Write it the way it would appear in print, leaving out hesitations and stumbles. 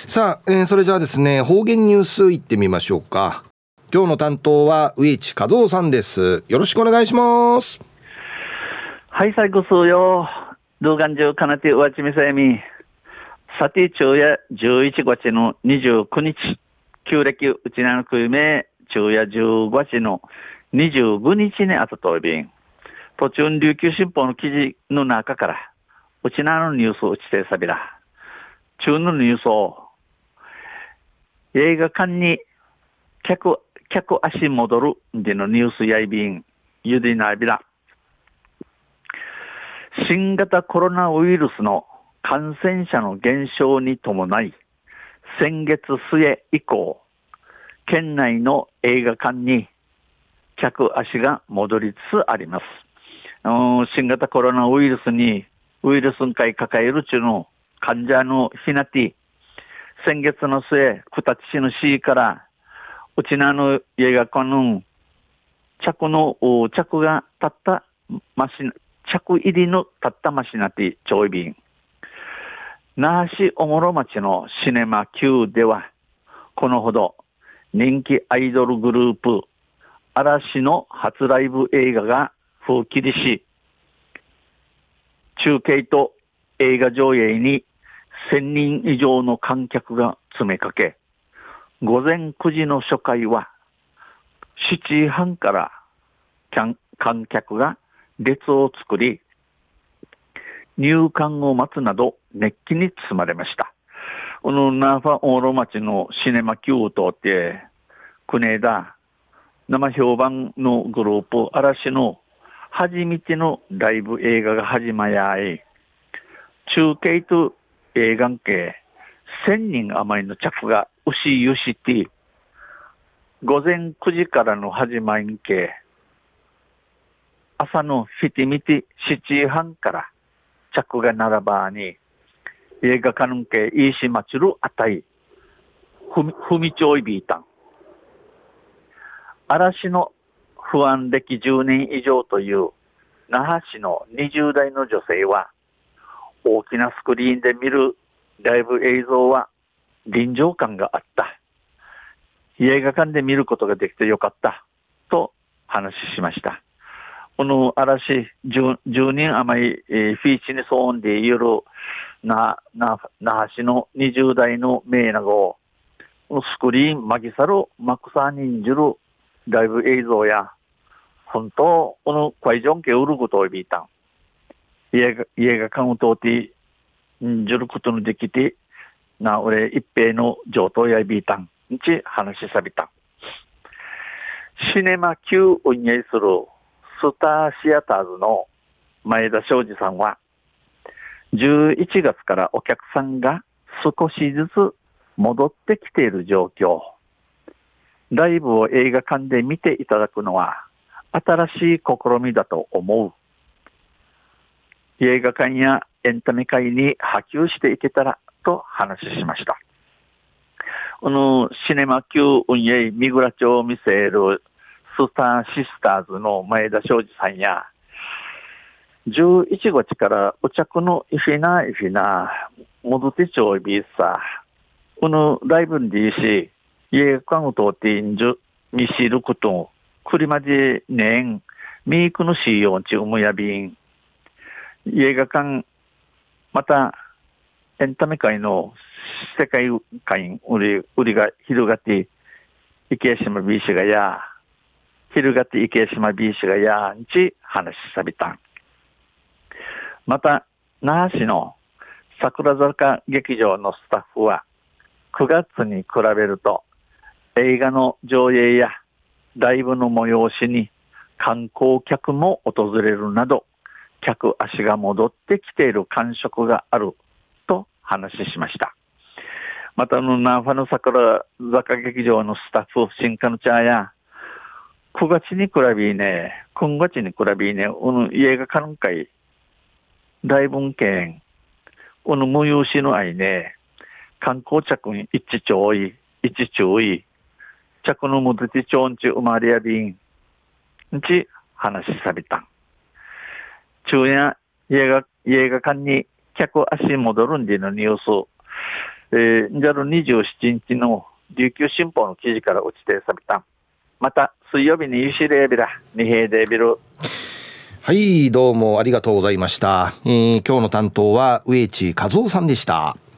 さあ、それじゃあですね、方言ニュースいってみましょうか。今日の担当は上地和夫さんです。よろしくお願いします。 はい、最後数よ。動画中かなてうわちみさやみ。さて、昼夜11月の29日。旧暦うちなのくいめ、昼夜15日の25日にあたといびん。途中琉球新報の記事の中から、うちなのニュースを打ちてさびら。中のニュースを、映画館に客足戻るでのニュースやいびん、ゆでなびら。新型コロナウイルスの感染者の減少に伴い、先月末以降、県内の映画館に客足が戻りつつあります。新型コロナウイルスに抱える中の患者のひなて、先月の末、九立市の市からうちなの映画館の着が立ったマシナ、着入りの立ったマシナティちょいびん。那覇市おもろ町のシネマ Q では、このほど人気アイドルグループ、嵐の初ライブ映画が封切りし、中継と映画上映に1000人以上の観客が詰めかけ、午前9時の初回は7時半から観客が列を作り、入館を待つなど熱気に包まれました。このナーファオーロ町のシネマ Q とって、国枝、生評判のグループ、嵐の初めてのライブ映画が始まやい、中継と映画系1000人余りの着が牛ゆして、午前9時からの始まり系、朝の7時半から着が並ばに、映画館系いいしまちるあたい、ふみちょいびいたん。嵐の不安歴10年以上という那覇市の20代の女性は、大きなスクリーンで見るライブ映像は臨場感があった。映画館で見ることができてよかったと話しました。この嵐10人余り、フィーチにそうんでいる那覇市の20代の名なごスクリーンマギサルマクサーにんじるライブ映像や本当この会場系売ることをビータン映画館を通ってんじることのできてな俺一平の上等やビータンにち話しさびたシネマ級運営するスターシアターズの前田昌司さんは11月からお客さんが少しずつ戻ってきている状況。ライブを映画館で見ていただくのは新しい試みだと思う。映画館やエンタメ界に波及していけたらと話しました。このシネマ級運営三倉町を見せるスターシスターズの前田昌司さんや11月からお着のイフィナ戻ってちょいびさこのライブにでいし映画館を通ってんじゅ見知ることをくりまじねんミークのしようちうむやびん映画館またエンタメ界の世界観売りが広がって池島 B 氏がや広がって池島 B 氏がやんち話しさびたんまた那覇市の桜坂劇場のスタッフは9月に比べると映画の上映やライブの催しに観光客も訪れるなど客足が戻ってきている感触があると話しました。またナーファの桜坂劇場のスタッフ新カヌチャーや9月に比べね今月に比べね映画館会大文献催しの愛ね観光着に一注意着の戻ってちょんち生まれやびんち話しさびたん昼夜映画館に客足戻るんでのニュース JAL27日の琉球新報の記事から落ちてさびた。また水曜日にユシレービラ二平デービル。 はい、どうもありがとうございました。今日の担当は植地和夫さんでした。